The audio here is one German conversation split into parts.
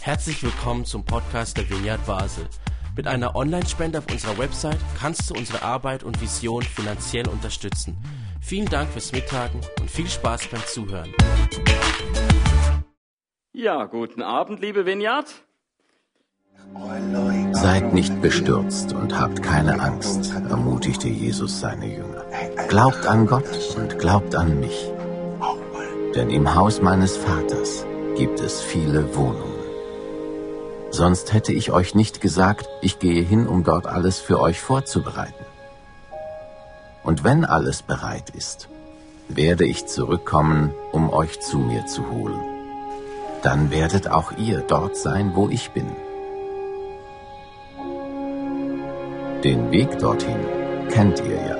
Herzlich willkommen zum Podcast der Vineyard Basel. Mit einer Online-Spende auf unserer Website kannst du unsere Arbeit und Vision finanziell unterstützen. Vielen Dank fürs Mittagen und viel Spaß beim Zuhören. Ja, guten Abend, liebe Vineyard. Seid nicht bestürzt und habt keine Angst, ermutigte Jesus seine Jünger. Glaubt an Gott und glaubt an mich. Denn im Haus meines Vaters gibt es viele Wohnungen. Sonst hätte ich euch nicht gesagt, ich gehe hin, um dort alles für euch vorzubereiten. Und wenn alles bereit ist, werde ich zurückkommen, um euch zu mir zu holen. Dann werdet auch ihr dort sein, wo ich bin. Den Weg dorthin kennt ihr ja.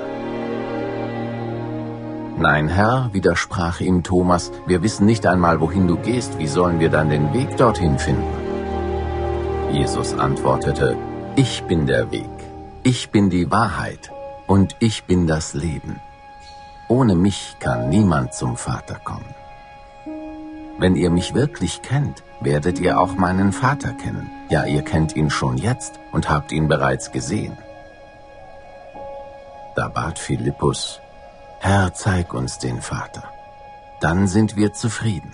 Nein, Herr, widersprach ihm Thomas, wir wissen nicht einmal, wohin du gehst, wie sollen wir dann den Weg dorthin finden? Jesus antwortete, ich bin der Weg, ich bin die Wahrheit und ich bin das Leben. Ohne mich kann niemand zum Vater kommen. Wenn ihr mich wirklich kennt, werdet ihr auch meinen Vater kennen. Ja, ihr kennt ihn schon jetzt und habt ihn bereits gesehen. Da bat Philippus, Herr, zeig uns den Vater. Dann sind wir zufrieden.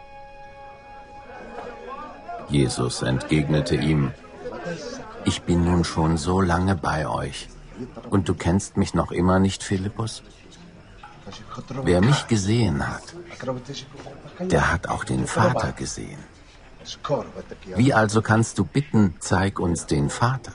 Jesus entgegnete ihm, ich bin nun schon so lange bei euch, und du kennst mich noch immer nicht, Philippus? Wer mich gesehen hat, der hat auch den Vater gesehen. Wie also kannst du bitten, zeig uns den Vater?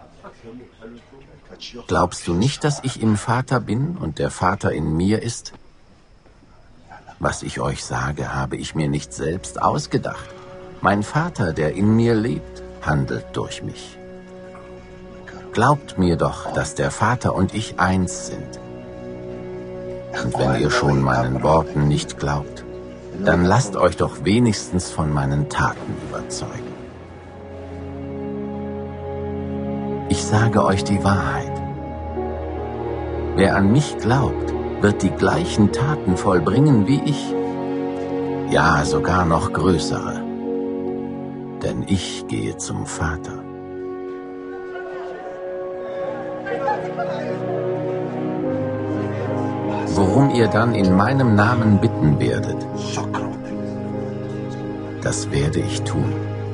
Glaubst du nicht, dass ich im Vater bin und der Vater in mir ist? Was ich euch sage, habe ich mir nicht selbst ausgedacht. Mein Vater, der in mir lebt, handelt durch mich. Glaubt mir doch, dass der Vater und ich eins sind. Und wenn ihr schon meinen Worten nicht glaubt, dann lasst euch doch wenigstens von meinen Taten überzeugen. Ich sage euch die Wahrheit. Wer an mich glaubt, wird die gleichen Taten vollbringen wie ich. Ja, sogar noch größere. Denn ich gehe zum Vater. Worum ihr dann in meinem Namen bitten werdet, das werde ich tun,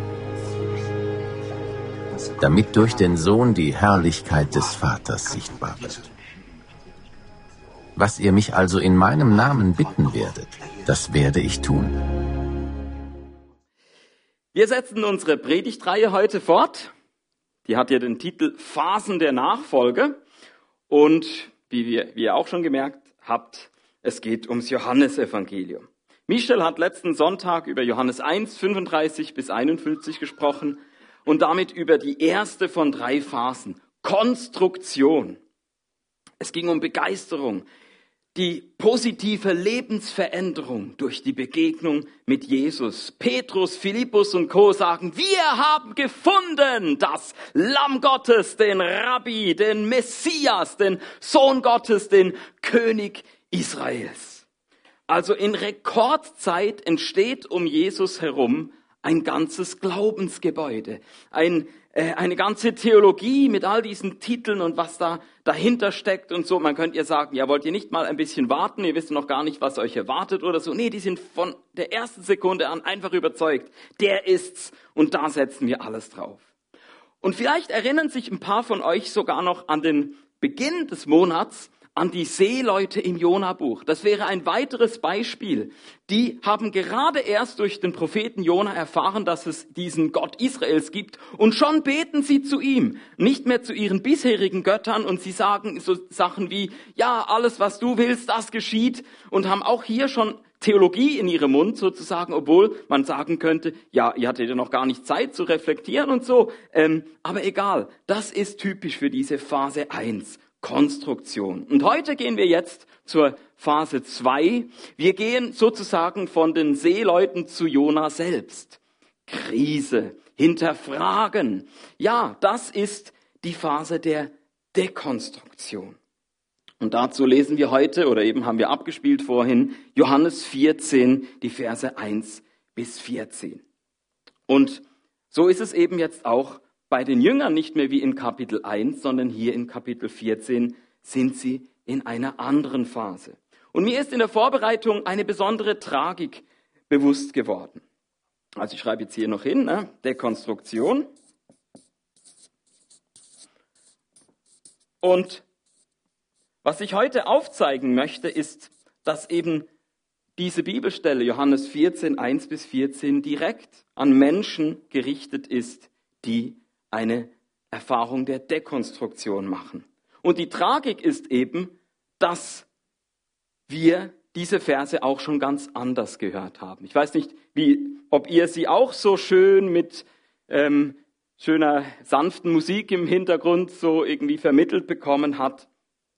damit durch den Sohn die Herrlichkeit des Vaters sichtbar wird. Was ihr mich also in meinem Namen bitten werdet, das werde ich tun. Wir setzen unsere Predigtreihe heute fort. Die hat ja den Titel Phasen der Nachfolge. Und wie ihr auch schon gemerkt habt, es geht ums Johannesevangelium. Michel hat letzten Sonntag über Johannes 1, 35 bis 51 gesprochen und damit über die erste von 3 Phasen, Konstruktion. Es ging um Begeisterung, die positive Lebensveränderung durch die Begegnung mit Jesus. Petrus, Philippus und Co. sagen, wir haben gefunden das Lamm Gottes, den Rabbi, den Messias, den Sohn Gottes, den König Israels. Also in Rekordzeit entsteht um Jesus herum ein ganzes Glaubensgebäude, eine ganze Theologie mit all diesen Titeln und was da dahinter steckt und so. Man könnte ja sagen, ja, wollt ihr nicht mal ein bisschen warten? Ihr wisst noch gar nicht, was euch erwartet oder so. Nee, die sind von der ersten Sekunde an einfach überzeugt. Der ist's und da setzen wir alles drauf. Und vielleicht erinnern sich ein paar von euch sogar noch an den Beginn des Monats, an die Seeleute im Jona-Buch. Das wäre ein weiteres Beispiel. Die haben gerade erst durch den Propheten Jona erfahren, dass es diesen Gott Israels gibt. Und schon beten sie zu ihm, nicht mehr zu ihren bisherigen Göttern. Und sie sagen so Sachen wie, ja, alles, was du willst, das geschieht. Und haben auch hier schon Theologie in ihrem Mund sozusagen, obwohl man sagen könnte, ja, ihr hattet ja noch gar nicht Zeit zu reflektieren und so. Aber egal, das ist typisch für diese Phase 1. Konstruktion. Und heute gehen wir jetzt zur Phase 2. Wir gehen sozusagen von den Seeleuten zu Jona selbst. Krise, hinterfragen. Ja, das ist die Phase der Dekonstruktion. Und dazu lesen wir heute, oder eben haben wir abgespielt vorhin, Johannes 14, die Verse 1 bis 14. Und so ist es eben jetzt auch bei den Jüngern nicht mehr wie in Kapitel 1, sondern hier in Kapitel 14 sind sie in einer anderen Phase. Und mir ist in der Vorbereitung eine besondere Tragik bewusst geworden. Also ich schreibe jetzt hier noch hin, Dekonstruktion. Und was ich heute aufzeigen möchte, ist, dass eben diese Bibelstelle, Johannes 14, 1-14, direkt an Menschen gerichtet ist, die eine Erfahrung der Dekonstruktion machen. Und die Tragik ist eben, dass wir diese Verse auch schon ganz anders gehört haben. Ich weiß nicht, ob ihr sie auch so schön mit schöner, sanften Musik im Hintergrund so irgendwie vermittelt bekommen habt.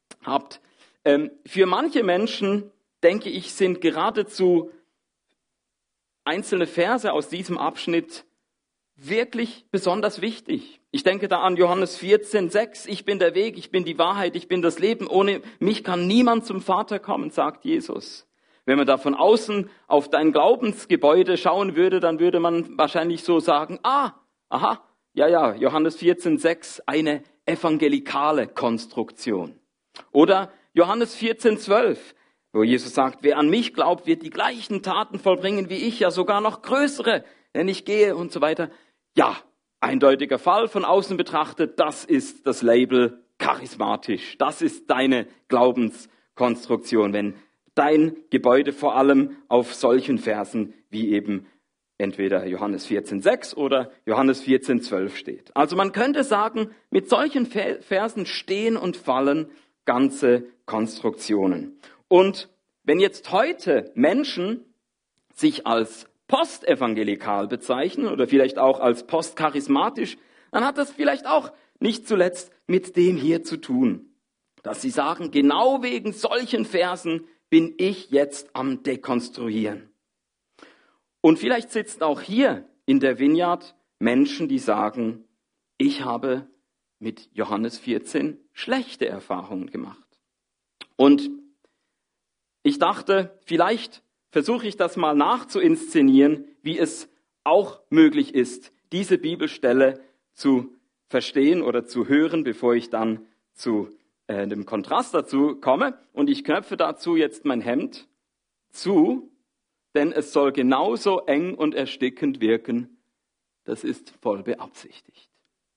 Für manche Menschen, denke ich, sind geradezu einzelne Verse aus diesem Abschnitt wirklich besonders wichtig. Ich denke da an Johannes 14, 6. Ich bin der Weg, ich bin die Wahrheit, ich bin das Leben. Ohne mich kann niemand zum Vater kommen, sagt Jesus. Wenn man da von außen auf dein Glaubensgebäude schauen würde, dann würde man wahrscheinlich so sagen, Johannes 14, 6, eine evangelikale Konstruktion. Oder Johannes 14, 12, wo Jesus sagt, wer an mich glaubt, wird die gleichen Taten vollbringen wie ich, ja sogar noch größere, wenn ich gehe und so weiter. Ja, eindeutiger Fall von außen betrachtet, das ist das Label charismatisch. Das ist deine Glaubenskonstruktion, wenn dein Gebäude vor allem auf solchen Versen wie eben entweder Johannes 14, 6 oder Johannes 14, 12 steht. Also man könnte sagen, mit solchen Versen stehen und fallen ganze Konstruktionen. Und wenn jetzt heute Menschen sich als postevangelikal bezeichnen oder vielleicht auch als postcharismatisch, dann hat das vielleicht auch nicht zuletzt mit dem hier zu tun, dass sie sagen, genau wegen solchen Versen bin ich jetzt am Dekonstruieren. Und vielleicht sitzen auch hier in der Vineyard Menschen, die sagen, ich habe mit Johannes 14 schlechte Erfahrungen gemacht. Und ich dachte, vielleicht versuche ich das mal nachzuinszenieren, wie es auch möglich ist, diese Bibelstelle zu verstehen oder zu hören, bevor ich dann zu dem Kontrast dazu komme. Und ich knöpfe dazu jetzt mein Hemd zu, denn es soll genauso eng und erstickend wirken. Das ist voll beabsichtigt.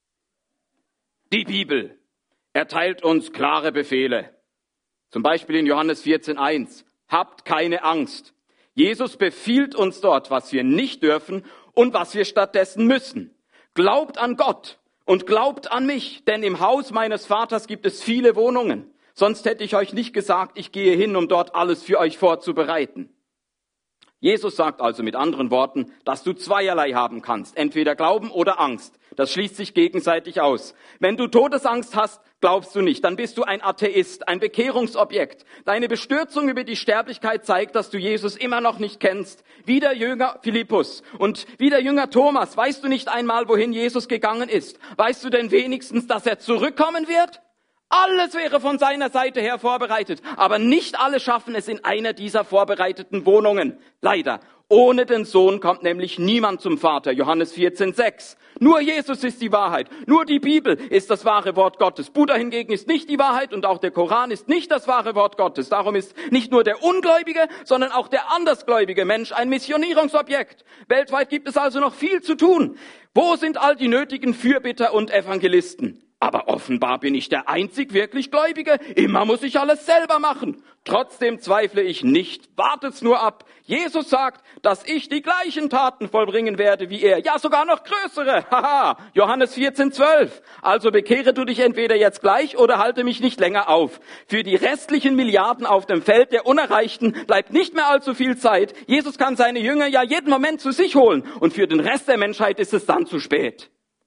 Die Bibel erteilt uns klare Befehle. Zum Beispiel in Johannes 14,1. Habt keine Angst. Jesus befiehlt uns dort, was wir nicht dürfen und was wir stattdessen müssen. Glaubt an Gott und glaubt an mich, denn im Haus meines Vaters gibt es viele Wohnungen. Sonst hätte ich euch nicht gesagt, ich gehe hin, um dort alles für euch vorzubereiten. Jesus sagt also mit anderen Worten, dass du zweierlei haben kannst, entweder Glauben oder Angst. Das schließt sich gegenseitig aus. Wenn du Todesangst hast, glaubst du nicht, dann bist du ein Atheist, ein Bekehrungsobjekt. Deine Bestürzung über die Sterblichkeit zeigt, dass du Jesus immer noch nicht kennst. Wie der Jünger Philippus und wie der Jünger Thomas, weißt du nicht einmal, wohin Jesus gegangen ist. Weißt du denn wenigstens, dass er zurückkommen wird? Alles wäre von seiner Seite her vorbereitet, aber nicht alle schaffen es in einer dieser vorbereiteten Wohnungen. Leider. Ohne den Sohn kommt nämlich niemand zum Vater. Johannes 14,6. Nur Jesus ist die Wahrheit. Nur die Bibel ist das wahre Wort Gottes. Buddha hingegen ist nicht die Wahrheit und auch der Koran ist nicht das wahre Wort Gottes. Darum ist nicht nur der ungläubige, sondern auch der andersgläubige Mensch ein Missionierungsobjekt. Weltweit gibt es also noch viel zu tun. Wo sind all die nötigen Fürbitter und Evangelisten? Aber offenbar bin ich der einzig wirklich Gläubige. Immer muss ich alles selber machen. Trotzdem zweifle ich nicht. Wartet's nur ab. Jesus sagt, dass ich die gleichen Taten vollbringen werde wie er. Ja, sogar noch größere. Haha, Johannes 14,12. Also bekehre du dich entweder jetzt gleich oder halte mich nicht länger auf. Für die restlichen Milliarden auf dem Feld der Unerreichten bleibt nicht mehr allzu viel Zeit. Jesus kann seine Jünger ja jeden Moment zu sich holen. Und für den Rest der Menschheit ist es dann zu spät.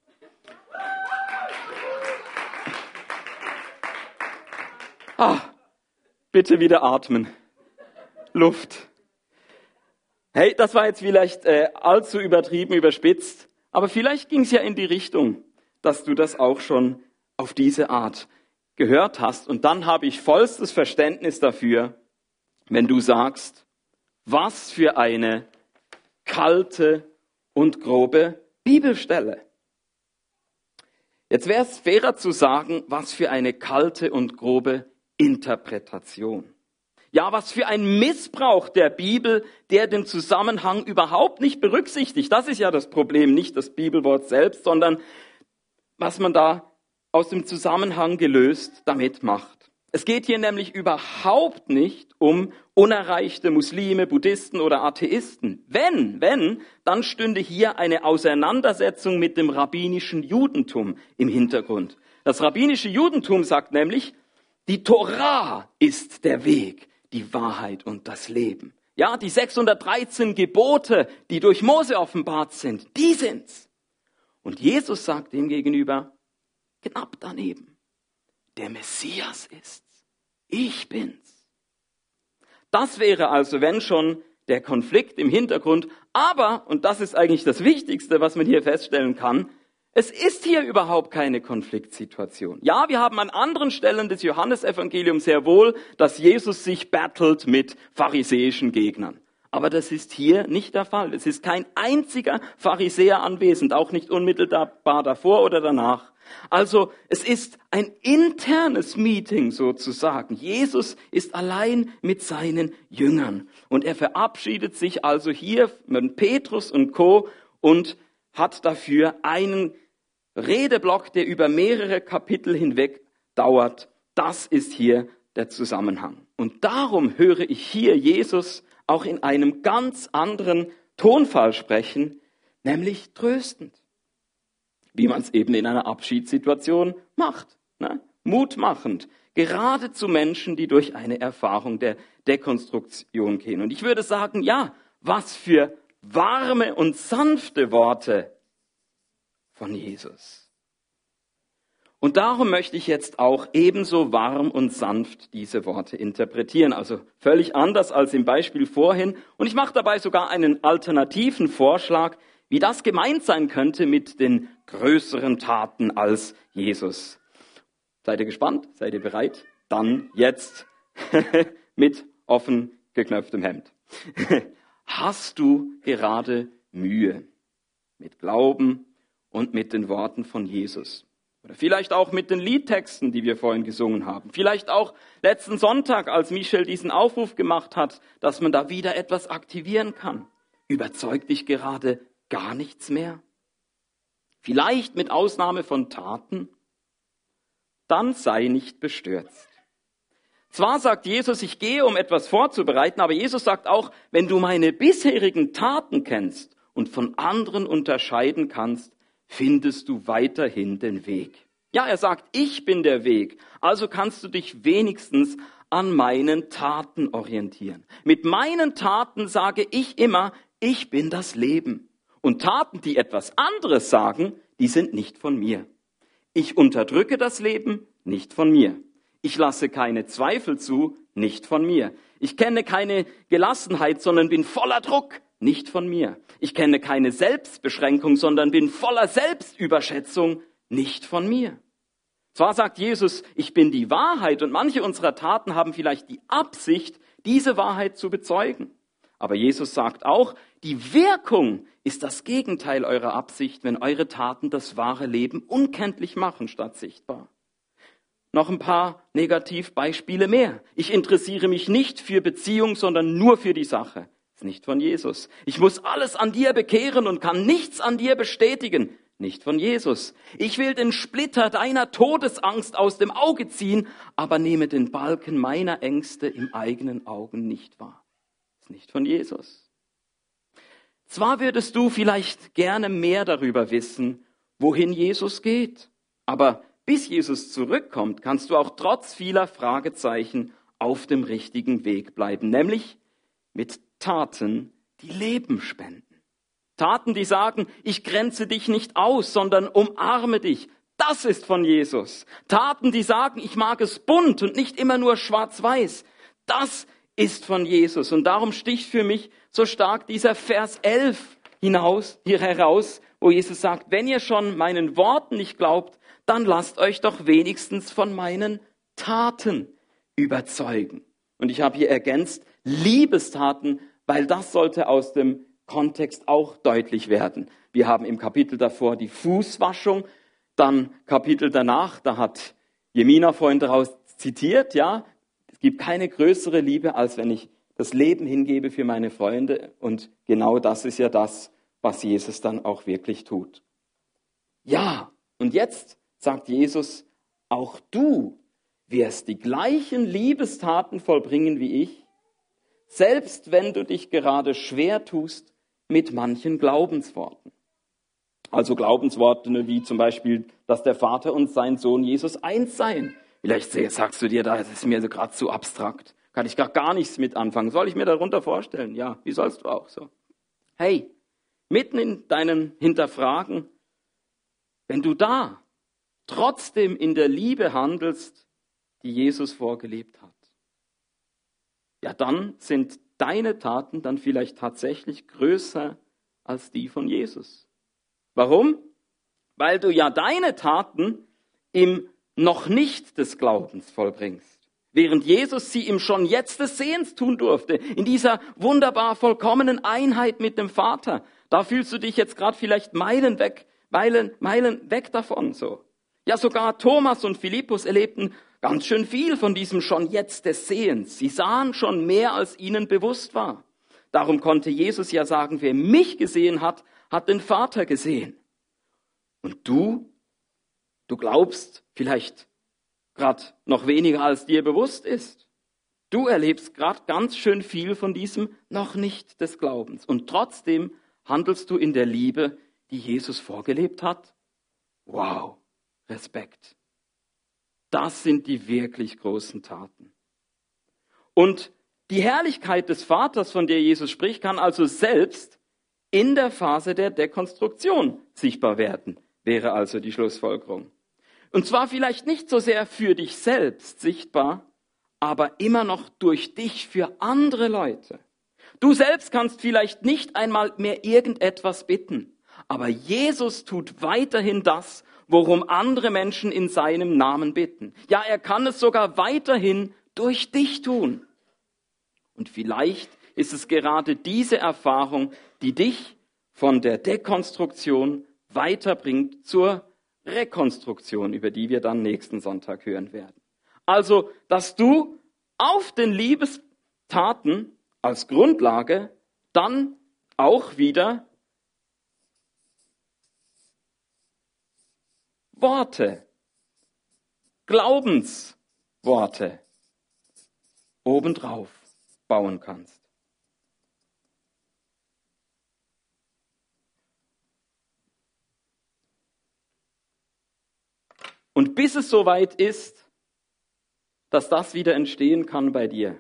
Bitte wieder atmen. Luft. Hey, das war jetzt vielleicht allzu übertrieben, überspitzt, aber vielleicht ging es ja in die Richtung, dass du das auch schon auf diese Art gehört hast. Und dann habe ich vollstes Verständnis dafür, wenn du sagst, was für eine kalte und grobe Bibelstelle. Jetzt wäre es fairer zu sagen, was für eine kalte und grobe Interpretation. Ja, was für ein Missbrauch der Bibel, der den Zusammenhang überhaupt nicht berücksichtigt. Das ist ja das Problem, nicht das Bibelwort selbst, sondern was man da aus dem Zusammenhang gelöst damit macht. Es geht hier nämlich überhaupt nicht um unerreichte Muslime, Buddhisten oder Atheisten. Wenn, dann stünde hier eine Auseinandersetzung mit dem rabbinischen Judentum im Hintergrund. Das rabbinische Judentum sagt nämlich, die Torah ist der Weg, die Wahrheit und das Leben. Ja, die 613 Gebote, die durch Mose offenbart sind, die sind's. Und Jesus sagt dem gegenüber, knapp daneben, der Messias ist's. Ich bin's. Das wäre also, wenn schon, der Konflikt im Hintergrund. Aber, und das ist eigentlich das Wichtigste, was man hier feststellen kann, es ist hier überhaupt keine Konfliktsituation. Ja, wir haben an anderen Stellen des Johannesevangeliums sehr wohl, dass Jesus sich battelt mit pharisäischen Gegnern. Aber das ist hier nicht der Fall. Es ist kein einziger Pharisäer anwesend, auch nicht unmittelbar davor oder danach. Also es ist ein internes Meeting sozusagen. Jesus ist allein mit seinen Jüngern. Und er verabschiedet sich also hier mit Petrus und Co. und hat dafür einen Redeblock, der über mehrere Kapitel hinweg dauert. Das ist hier der Zusammenhang. Und darum höre ich hier Jesus auch in einem ganz anderen Tonfall sprechen, nämlich tröstend. Wie man es eben in einer Abschiedssituation macht. Ne? Mutmachend. Gerade zu Menschen, die durch eine Erfahrung der Dekonstruktion gehen. Und ich würde sagen, ja, was für warme und sanfte Worte von Jesus. Und darum möchte ich jetzt auch ebenso warm und sanft diese Worte interpretieren. Also völlig anders als im Beispiel vorhin. Und ich mache dabei sogar einen alternativen Vorschlag, wie das gemeint sein könnte mit den größeren Taten als Jesus. Seid ihr gespannt? Seid ihr bereit? Dann jetzt mit offen geknöpftem Hemd. Hast du gerade Mühe mit Glauben und mit den Worten von Jesus? Oder vielleicht auch mit den Liedtexten, die wir vorhin gesungen haben. Vielleicht auch letzten Sonntag, als Michel diesen Aufruf gemacht hat, dass man da wieder etwas aktivieren kann. Überzeugt dich gerade gar nichts mehr? Vielleicht mit Ausnahme von Taten? Dann sei nicht bestürzt. Zwar sagt Jesus, ich gehe, um etwas vorzubereiten, aber Jesus sagt auch, wenn du meine bisherigen Taten kennst und von anderen unterscheiden kannst, findest du weiterhin den Weg. Ja, er sagt, ich bin der Weg, also kannst du dich wenigstens an meinen Taten orientieren. Mit meinen Taten sage ich immer, ich bin das Leben. Und Taten, die etwas anderes sagen, die sind nicht von mir. Ich unterdrücke das Leben, nicht von mir. Ich lasse keine Zweifel zu, nicht von mir. Ich kenne keine Gelassenheit, sondern bin voller Druck, nicht von mir. Ich kenne keine Selbstbeschränkung, sondern bin voller Selbstüberschätzung, nicht von mir. Zwar sagt Jesus, ich bin die Wahrheit und manche unserer Taten haben vielleicht die Absicht, diese Wahrheit zu bezeugen. Aber Jesus sagt auch, die Wirkung ist das Gegenteil eurer Absicht, wenn eure Taten das wahre Leben unkenntlich machen statt sichtbar. Noch ein paar Negativbeispiele mehr. Ich interessiere mich nicht für Beziehung, sondern nur für die Sache. Das ist nicht von Jesus. Ich muss alles an dir bekehren und kann nichts an dir bestätigen. Nicht von Jesus. Ich will den Splitter deiner Todesangst aus dem Auge ziehen, aber nehme den Balken meiner Ängste im eigenen Augen nicht wahr. Das ist nicht von Jesus. Zwar würdest du vielleicht gerne mehr darüber wissen, wohin Jesus geht, aber bis Jesus zurückkommt, kannst du auch trotz vieler Fragezeichen auf dem richtigen Weg bleiben, nämlich mit Taten, die Leben spenden. Taten, die sagen, ich grenze dich nicht aus, sondern umarme dich. Das ist von Jesus. Taten, die sagen, ich mag es bunt und nicht immer nur schwarz-weiß. Das ist von Jesus. Und darum sticht für mich so stark dieser Vers 11 hier heraus, wo Jesus sagt, wenn ihr schon meinen Worten nicht glaubt, dann lasst euch doch wenigstens von meinen Taten überzeugen. Und ich habe hier ergänzt, Liebestaten, weil das sollte aus dem Kontext auch deutlich werden. Wir haben im Kapitel davor die Fußwaschung, dann Kapitel danach, da hat Jemina vorhin daraus zitiert, ja, es gibt keine größere Liebe, als wenn ich das Leben hingebe für meine Freunde. Und genau das ist ja das, was Jesus dann auch wirklich tut. Ja, und jetzt sagt Jesus, auch du wirst die gleichen Liebestaten vollbringen wie ich, selbst wenn du dich gerade schwer tust mit manchen Glaubensworten. Also Glaubensworte wie zum Beispiel, dass der Vater und sein Sohn Jesus eins seien. Vielleicht sagst du dir, das ist mir so gerade zu abstrakt. Kann ich gar nichts mit anfangen. Soll ich mir darunter vorstellen? Ja, wie sollst du auch so? Hey, mitten in deinem Hinterfragen, wenn du da trotzdem in der Liebe handelst, die Jesus vorgelebt hat, ja, dann sind deine Taten dann vielleicht tatsächlich größer als die von Jesus. Warum? Weil du ja deine Taten im noch nicht des Glaubens vollbringst. Während Jesus sie im schon jetzt des Sehens tun durfte, in dieser wunderbar vollkommenen Einheit mit dem Vater. Da fühlst du dich jetzt gerade vielleicht Meilen weg davon so. Ja, sogar Thomas und Philippus erlebten ganz schön viel von diesem schon jetzt des Sehens. Sie sahen schon mehr, als ihnen bewusst war. Darum konnte Jesus ja sagen, wer mich gesehen hat, hat den Vater gesehen. Und du glaubst vielleicht gerade noch weniger, als dir bewusst ist. Du erlebst gerade ganz schön viel von diesem noch nicht des Glaubens. Und trotzdem handelst du in der Liebe, die Jesus vorgelebt hat. Wow, Respekt. Das sind die wirklich großen Taten. Und die Herrlichkeit des Vaters, von der Jesus spricht, kann also selbst in der Phase der Dekonstruktion sichtbar werden, wäre also die Schlussfolgerung. Und zwar vielleicht nicht so sehr für dich selbst sichtbar, aber immer noch durch dich für andere Leute. Du selbst kannst vielleicht nicht einmal mehr irgendetwas bitten, aber Jesus tut weiterhin das, worum andere Menschen in seinem Namen bitten. Ja, er kann es sogar weiterhin durch dich tun. Und vielleicht ist es gerade diese Erfahrung, die dich von der Dekonstruktion weiterbringt zur Rekonstruktion, über die wir dann nächsten Sonntag hören werden. Also, dass du auf den Liebestaten als Grundlage dann auch wieder Worte, Glaubensworte obendrauf bauen kannst. Und bis es soweit ist, dass das wieder entstehen kann bei dir,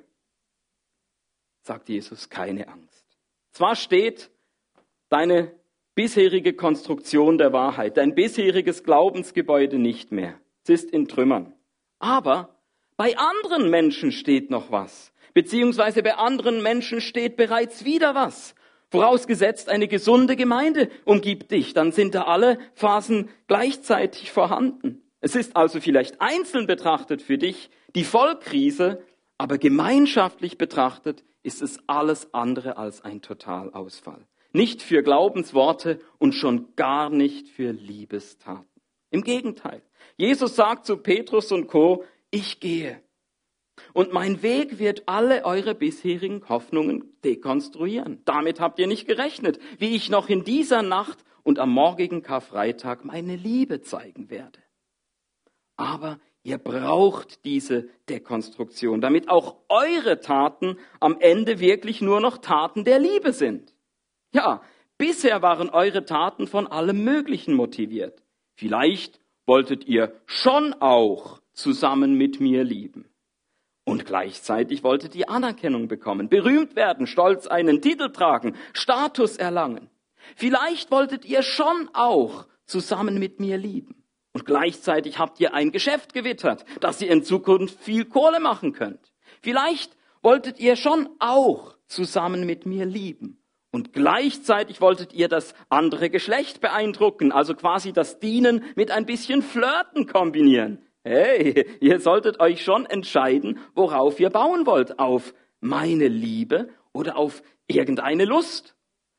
sagt Jesus, keine Angst. Zwar steht deine bisherige Konstruktion der Wahrheit, dein bisheriges Glaubensgebäude nicht mehr. Es ist in Trümmern. Aber bei anderen Menschen steht noch was. Beziehungsweise bei anderen Menschen steht bereits wieder was. Vorausgesetzt, eine gesunde Gemeinde umgibt dich. Dann sind da alle Phasen gleichzeitig vorhanden. Es ist also vielleicht einzeln betrachtet für dich die Vollkrise, aber gemeinschaftlich betrachtet ist es alles andere als ein Totalausfall. Nicht für Glaubensworte und schon gar nicht für Liebestaten. Im Gegenteil. Jesus sagt zu Petrus und Co., ich gehe. Und mein Weg wird alle eure bisherigen Hoffnungen dekonstruieren. Damit habt ihr nicht gerechnet, wie ich noch in dieser Nacht und am morgigen Karfreitag meine Liebe zeigen werde. Aber ihr braucht diese Dekonstruktion, damit auch eure Taten am Ende wirklich nur noch Taten der Liebe sind. Ja, bisher waren eure Taten von allem Möglichen motiviert. Vielleicht wolltet ihr schon auch zusammen mit mir lieben. Und gleichzeitig wolltet ihr Anerkennung bekommen, berühmt werden, stolz einen Titel tragen, Status erlangen. Vielleicht wolltet ihr schon auch zusammen mit mir lieben. Und gleichzeitig habt ihr ein Geschäft gewittert, dass ihr in Zukunft viel Kohle machen könnt. Vielleicht wolltet ihr schon auch zusammen mit mir lieben. Und gleichzeitig wolltet ihr das andere Geschlecht beeindrucken, also quasi das Dienen mit ein bisschen Flirten kombinieren. Hey, ihr solltet euch schon entscheiden, worauf ihr bauen wollt. Auf meine Liebe oder auf irgendeine Lust.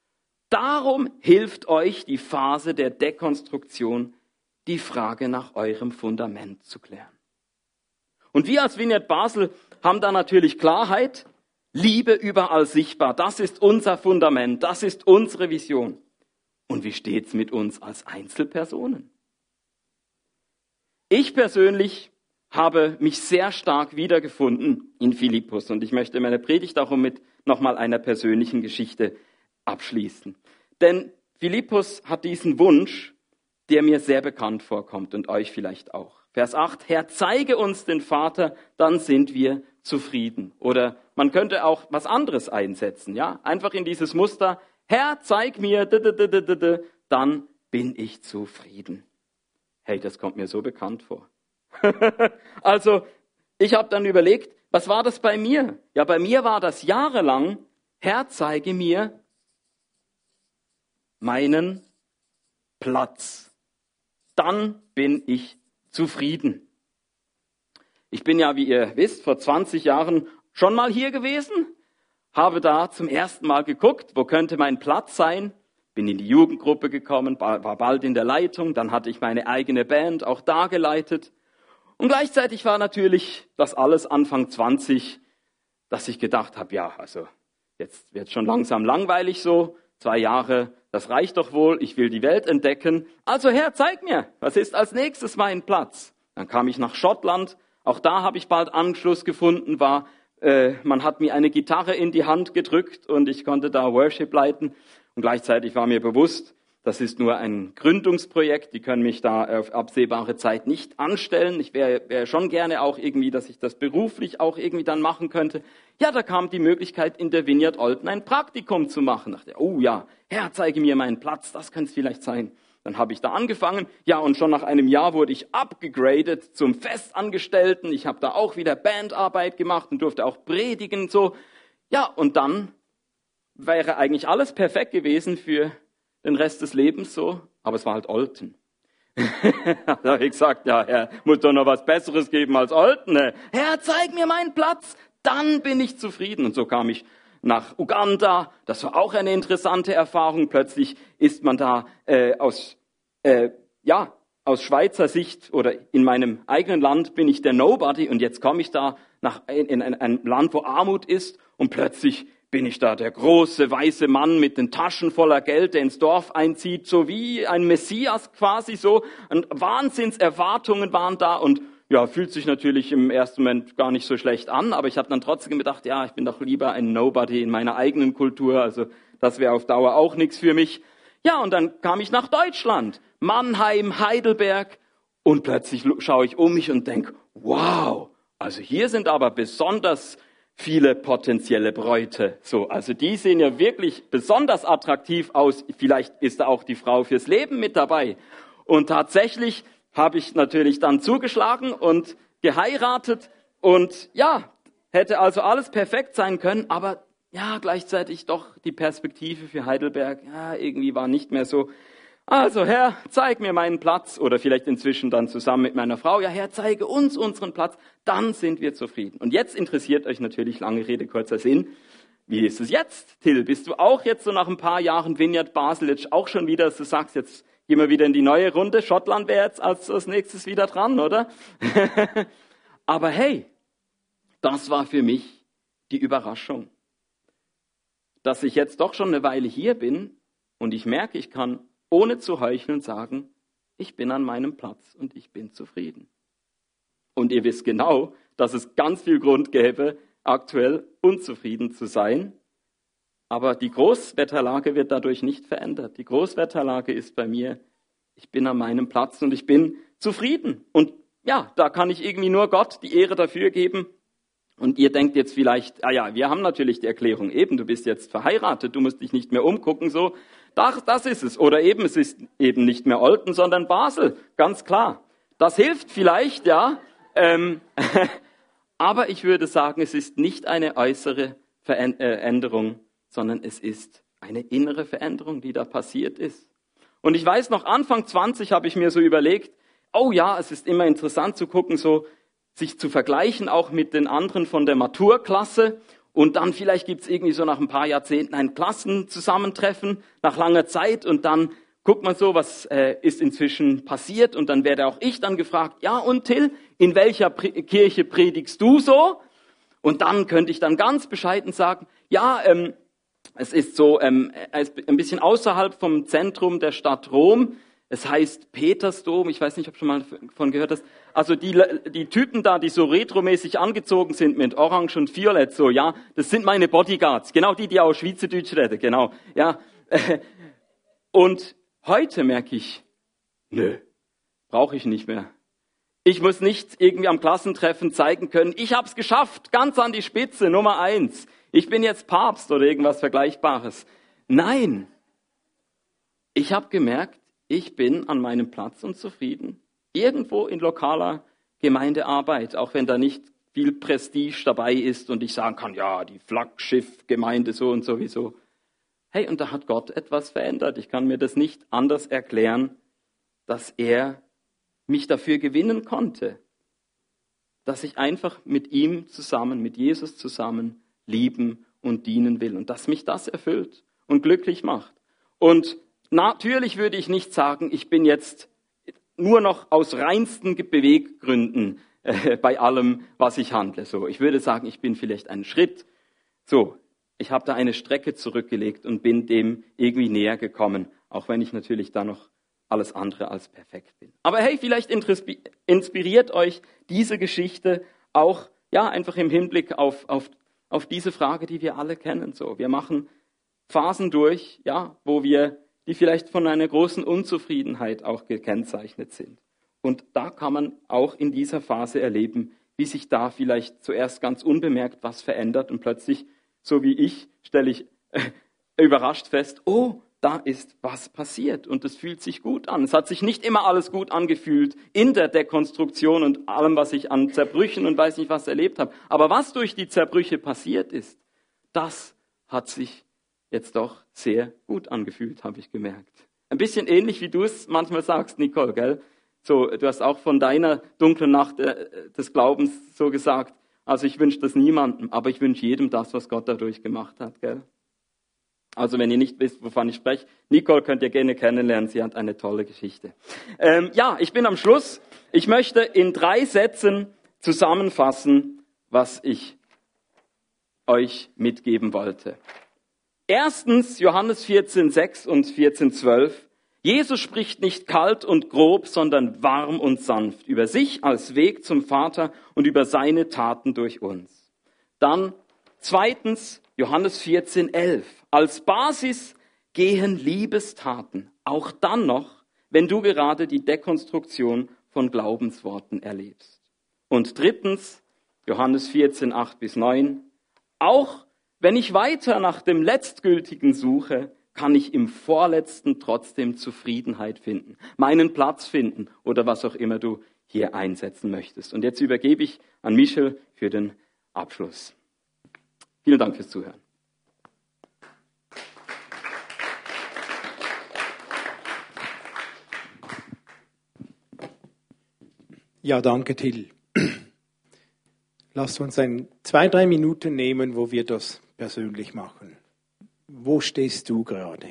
Darum hilft euch die Phase der Dekonstruktion, die Frage nach eurem Fundament zu klären. Und wir als Vineyard Basel haben da natürlich Klarheit, Liebe überall sichtbar. Das ist unser Fundament, das ist unsere Vision. Und wie steht's mit uns als Einzelpersonen? Ich persönlich habe mich sehr stark wiedergefunden in Philippus und ich möchte meine Predigt darum mit nochmal einer persönlichen Geschichte abschließen. Denn Philippus hat diesen Wunsch, der mir sehr bekannt vorkommt und euch vielleicht auch. Vers 8, Herr, zeige uns den Vater, dann sind wir zufrieden. Oder man könnte auch was anderes einsetzen, ja? Einfach in dieses Muster, Herr, zeig mir, dann bin ich zufrieden. Hey, das kommt mir so bekannt vor. Also, ich habe dann überlegt, was war das bei mir? Ja, bei mir war das jahrelang, Herr, zeige mir meinen Platz. Dann bin ich zufrieden. Ich bin ja, wie ihr wisst, vor 20 Jahren schon mal hier gewesen, habe da zum ersten Mal geguckt, wo könnte mein Platz sein. Bin in die Jugendgruppe gekommen, war bald in der Leitung, dann hatte ich meine eigene Band, auch da geleitet. Und gleichzeitig war natürlich das alles Anfang 20, dass ich gedacht habe, ja, also jetzt wird schon langsam langweilig so, 2 Jahre, das reicht doch wohl, ich will die Welt entdecken. Also Herr, zeig mir, was ist als nächstes mein Platz? Dann kam ich nach Schottland, auch da habe ich bald Anschluss gefunden, man hat mir eine Gitarre in die Hand gedrückt und ich konnte da Worship leiten. Und gleichzeitig war mir bewusst, das ist nur ein Gründungsprojekt, die können mich da auf absehbare Zeit nicht anstellen. Ich wäre schon gerne auch irgendwie, dass ich das beruflich auch irgendwie dann machen könnte. Ja, da kam die Möglichkeit, in der Vineyard Olten ein Praktikum zu machen. Ich dachte, oh ja, Herr, zeige mir meinen Platz, das könnte es vielleicht sein. Dann habe ich da angefangen. Ja, und schon nach einem Jahr wurde ich abgegradet zum Festangestellten. Ich habe da auch wieder Bandarbeit gemacht und durfte auch predigen und so. Ja, und dann wäre eigentlich alles perfekt gewesen für den Rest des Lebens so, aber es war halt Olten. Da habe ich gesagt, ja, Herr, muss doch noch was Besseres geben als Olten. Ne? Herr, zeig mir meinen Platz, dann bin ich zufrieden. Und so kam ich nach Uganda, das war auch eine interessante Erfahrung. Plötzlich ist man da aus Schweizer Sicht oder in meinem eigenen Land bin ich der Nobody und jetzt komme ich da in ein Land, wo Armut ist und plötzlich bin ich da der große weiße Mann mit den Taschen voller Geld, der ins Dorf einzieht, so wie ein Messias quasi so. Und Wahnsinnserwartungen waren da und ja, fühlt sich natürlich im ersten Moment gar nicht so schlecht an, aber ich habe dann trotzdem gedacht, ja, ich bin doch lieber ein Nobody in meiner eigenen Kultur, also das wäre auf Dauer auch nichts für mich. Ja, und dann kam ich nach Deutschland, Mannheim, Heidelberg und plötzlich schaue ich um mich und denke, wow, also hier sind aber besonders viele potenzielle Bräute. So, also die sehen ja wirklich besonders attraktiv aus. Vielleicht ist da auch die Frau fürs Leben mit dabei. Und tatsächlich habe ich natürlich dann zugeschlagen und geheiratet und ja, hätte also alles perfekt sein können, aber ja, gleichzeitig doch die Perspektive für Heidelberg, ja, irgendwie war nicht mehr so. Also Herr, zeig mir meinen Platz oder vielleicht inzwischen dann zusammen mit meiner Frau, ja Herr, zeige uns unseren Platz, dann sind wir zufrieden. Und jetzt interessiert euch natürlich, lange Rede, kurzer Sinn, wie ist es jetzt, Till? Bist du auch jetzt so nach ein paar Jahren Vineyard Basel jetzt auch schon wieder, dass du sagst, jetzt gehen wir wieder in die neue Runde, Schottland wäre jetzt als nächstes wieder dran, oder? Aber hey, das war für mich die Überraschung, dass ich jetzt doch schon eine Weile hier bin und ich merke, ich kann ohne zu heucheln sagen, ich bin an meinem Platz und ich bin zufrieden. Und ihr wisst genau, dass es ganz viel Grund gäbe, aktuell unzufrieden zu sein. Aber die Großwetterlage wird dadurch nicht verändert. Die Großwetterlage ist bei mir, ich bin an meinem Platz und ich bin zufrieden. Und ja, da kann ich irgendwie nur Gott die Ehre dafür geben. Und ihr denkt jetzt vielleicht, wir haben natürlich die Erklärung, eben, du bist jetzt verheiratet, du musst dich nicht mehr umgucken, so. Das ist es. Oder eben, es ist eben nicht mehr Olten, sondern Basel, ganz klar. Das hilft vielleicht, ja. Aber ich würde sagen, es ist nicht eine äußere Veränderung, sondern es ist eine innere Veränderung, die da passiert ist. Und ich weiß noch, Anfang 20 habe ich mir so überlegt, oh ja, es ist immer interessant zu gucken, so sich zu vergleichen, auch mit den anderen von der Maturklasse. Und dann vielleicht gibt's irgendwie so nach ein paar Jahrzehnten ein Klassenzusammentreffen nach langer Zeit und dann guckt man so, was ist inzwischen passiert und dann werde auch ich dann gefragt, ja und Till, in welcher Kirche predigst du so? Und dann könnte ich dann ganz bescheiden sagen, ja, es ist so ein bisschen außerhalb vom Zentrum der Stadt Rom. Es heißt Petersdom, ich weiß nicht, ob du schon mal davon gehört hast. Also die Typen da, die so retromäßig angezogen sind mit Orange und Violett, so, ja, das sind meine Bodyguards. Genau die auch Schweizerdeutsch reden, genau, ja. Und heute merke ich, nö, brauche ich nicht mehr. Ich muss nicht irgendwie am Klassentreffen zeigen können, ich habe es geschafft, ganz an die Spitze, Nummer 1. Ich bin jetzt Papst oder irgendwas Vergleichbares. Nein, ich habe gemerkt, ich bin an meinem Platz und zufrieden. Irgendwo in lokaler Gemeindearbeit, auch wenn da nicht viel Prestige dabei ist und ich sagen kann, ja, die Flaggschiff-Gemeinde so und sowieso. Hey, und da hat Gott etwas verändert. Ich kann mir das nicht anders erklären, dass er mich dafür gewinnen konnte. Dass ich einfach mit ihm zusammen, mit Jesus zusammen lieben und dienen will. Und dass mich das erfüllt und glücklich macht. Und natürlich würde ich nicht sagen, ich bin jetzt nur noch aus reinsten Beweggründen bei allem, was ich handle. So, ich würde sagen, ich bin vielleicht einen Schritt. So, ich habe da eine Strecke zurückgelegt und bin dem irgendwie näher gekommen, auch wenn ich natürlich da noch alles andere als perfekt bin. Aber hey, vielleicht inspiriert euch diese Geschichte auch, ja, einfach im Hinblick auf diese Frage, die wir alle kennen. So, wir machen Phasen durch, ja, die vielleicht von einer großen Unzufriedenheit auch gekennzeichnet sind. Und da kann man auch in dieser Phase erleben, wie sich da vielleicht zuerst ganz unbemerkt was verändert und plötzlich, so wie ich, stelle ich überrascht fest, oh, da ist was passiert und es fühlt sich gut an. Es hat sich nicht immer alles gut angefühlt in der Dekonstruktion und allem, was ich an Zerbrüchen und weiß nicht was erlebt habe. Aber was durch die Zerbrüche passiert ist, das hat sich jetzt doch sehr gut angefühlt, habe ich gemerkt. Ein bisschen ähnlich, wie du es manchmal sagst, Nicole, gell? So, du hast auch von deiner dunklen Nacht des Glaubens so gesagt, also ich wünsche das niemandem, aber ich wünsche jedem das, was Gott dadurch gemacht hat, gell? Also wenn ihr nicht wisst, wovon ich spreche, Nicole könnt ihr gerne kennenlernen, sie hat eine tolle Geschichte. Ja, ich bin am Schluss. Ich möchte in 3 Sätzen zusammenfassen, was ich euch mitgeben wollte. Erstens, Johannes 14,6 und 14,12. Jesus spricht nicht kalt und grob, sondern warm und sanft über sich als Weg zum Vater und über seine Taten durch uns. Dann zweitens, Johannes 14,11. Als Basis gehen Liebestaten, auch dann noch, wenn du gerade die Dekonstruktion von Glaubensworten erlebst. Und drittens, Johannes 14,8 bis 9. Auch wenn ich weiter nach dem Letztgültigen suche, kann ich im Vorletzten trotzdem Zufriedenheit finden, meinen Platz finden oder was auch immer du hier einsetzen möchtest. Und jetzt übergebe ich an Michel für den Abschluss. Vielen Dank fürs Zuhören. Ja, danke Till. Lass uns 2-3 Minuten nehmen, wo wir das persönlich machen. Wo stehst du gerade?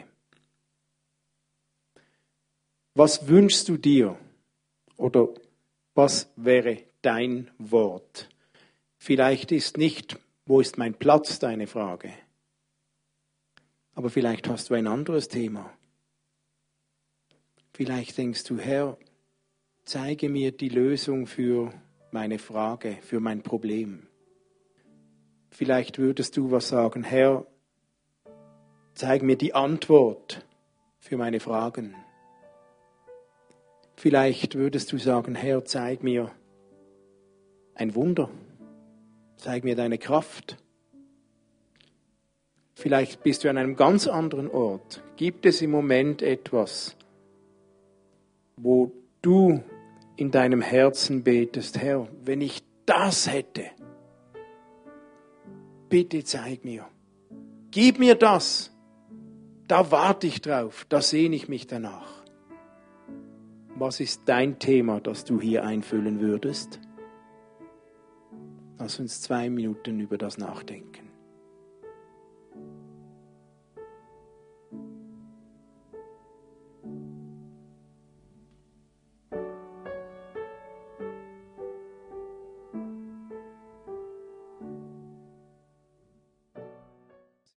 Was wünschst du dir? Oder was wäre dein Wort? Vielleicht ist nicht, wo ist mein Platz, deine Frage. Aber vielleicht hast du ein anderes Thema. Vielleicht denkst du, Herr, zeige mir die Lösung für meine Frage, für mein Problem. Vielleicht würdest du was sagen, Herr, zeig mir die Antwort für meine Fragen. Vielleicht würdest du sagen, Herr, zeig mir ein Wunder. Zeig mir deine Kraft. Vielleicht bist du an einem ganz anderen Ort. Gibt es im Moment etwas, wo du in deinem Herzen betest, Herr, wenn ich das hätte, bitte zeig mir. Gib mir das. Da warte ich drauf, da sehne ich mich danach. Was ist dein Thema, das du hier einfüllen würdest? Lass uns 2 Minuten über das nachdenken.